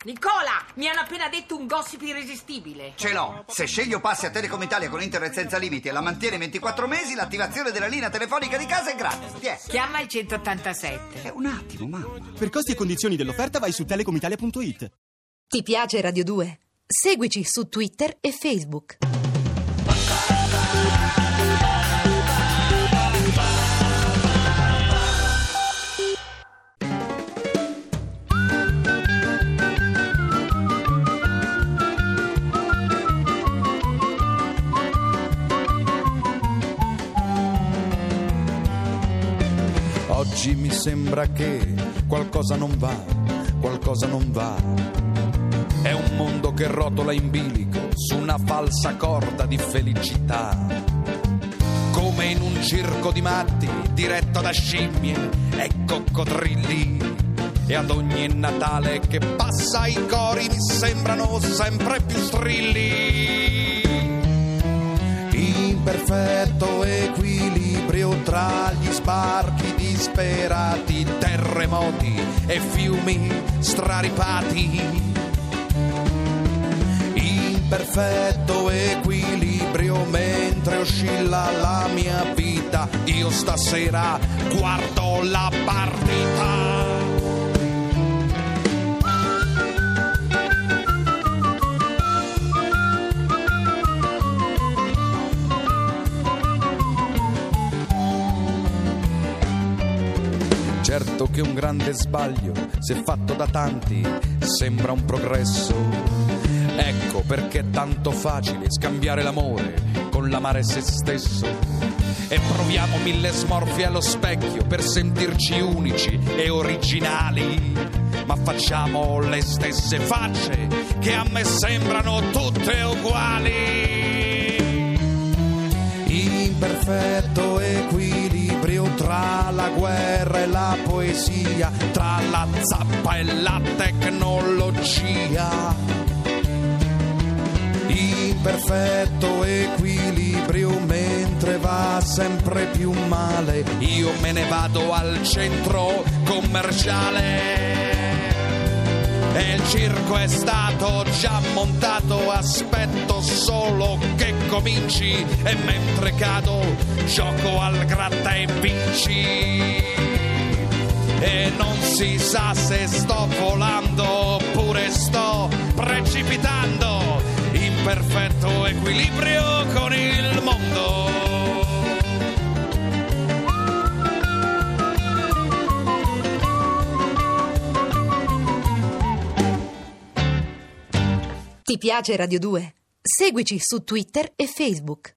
Nicola, mi hanno appena detto un gossip irresistibile. Ce l'ho. Se scegli o passi a Telecom Italia con internet senza limiti e la mantieni 24 mesi, l'attivazione della linea telefonica di casa è gratis. Tiè. Chiama il 187. Un attimo, mamma. Per costi e condizioni dell'offerta vai su telecomitalia.it. Ti piace Radio 2? Seguici su Twitter e Facebook. Oggi mi sembra che qualcosa non va. È un mondo che rotola in bilico su una falsa corda di felicità. Come in un circo di matti diretto da scimmie e coccodrilli. E ad ogni Natale che passa i cori mi sembrano sempre più strilli. In perfetto equilibrio tra gli sbarchi disperati, terremoti e fiumi straripati. In perfetto equilibrio mentre oscilla la mia vita, io stasera guardo la partita. Certo che un grande sbaglio, se fatto da tanti, sembra un progresso. Ecco perché è tanto facile scambiare l'amore con l'amare se stesso. E proviamo 1000 smorfie allo specchio per sentirci unici e originali. Ma facciamo le stesse facce che a me sembrano tutte uguali. In perfetto equilibrio tra la guerra e la poesia, tra la zappa e la tecnologia. In perfetto equilibrio mentre va sempre più male, io me ne vado al centro commerciale. E il circo è stato già montato, aspetto solo che cominci. E mentre cado gioco al gratta e vinci. E non si sa se sto volando oppure sto precipitando in perfetto equilibrio con il mondo. Ti piace Radio 2? Seguici su Twitter e Facebook.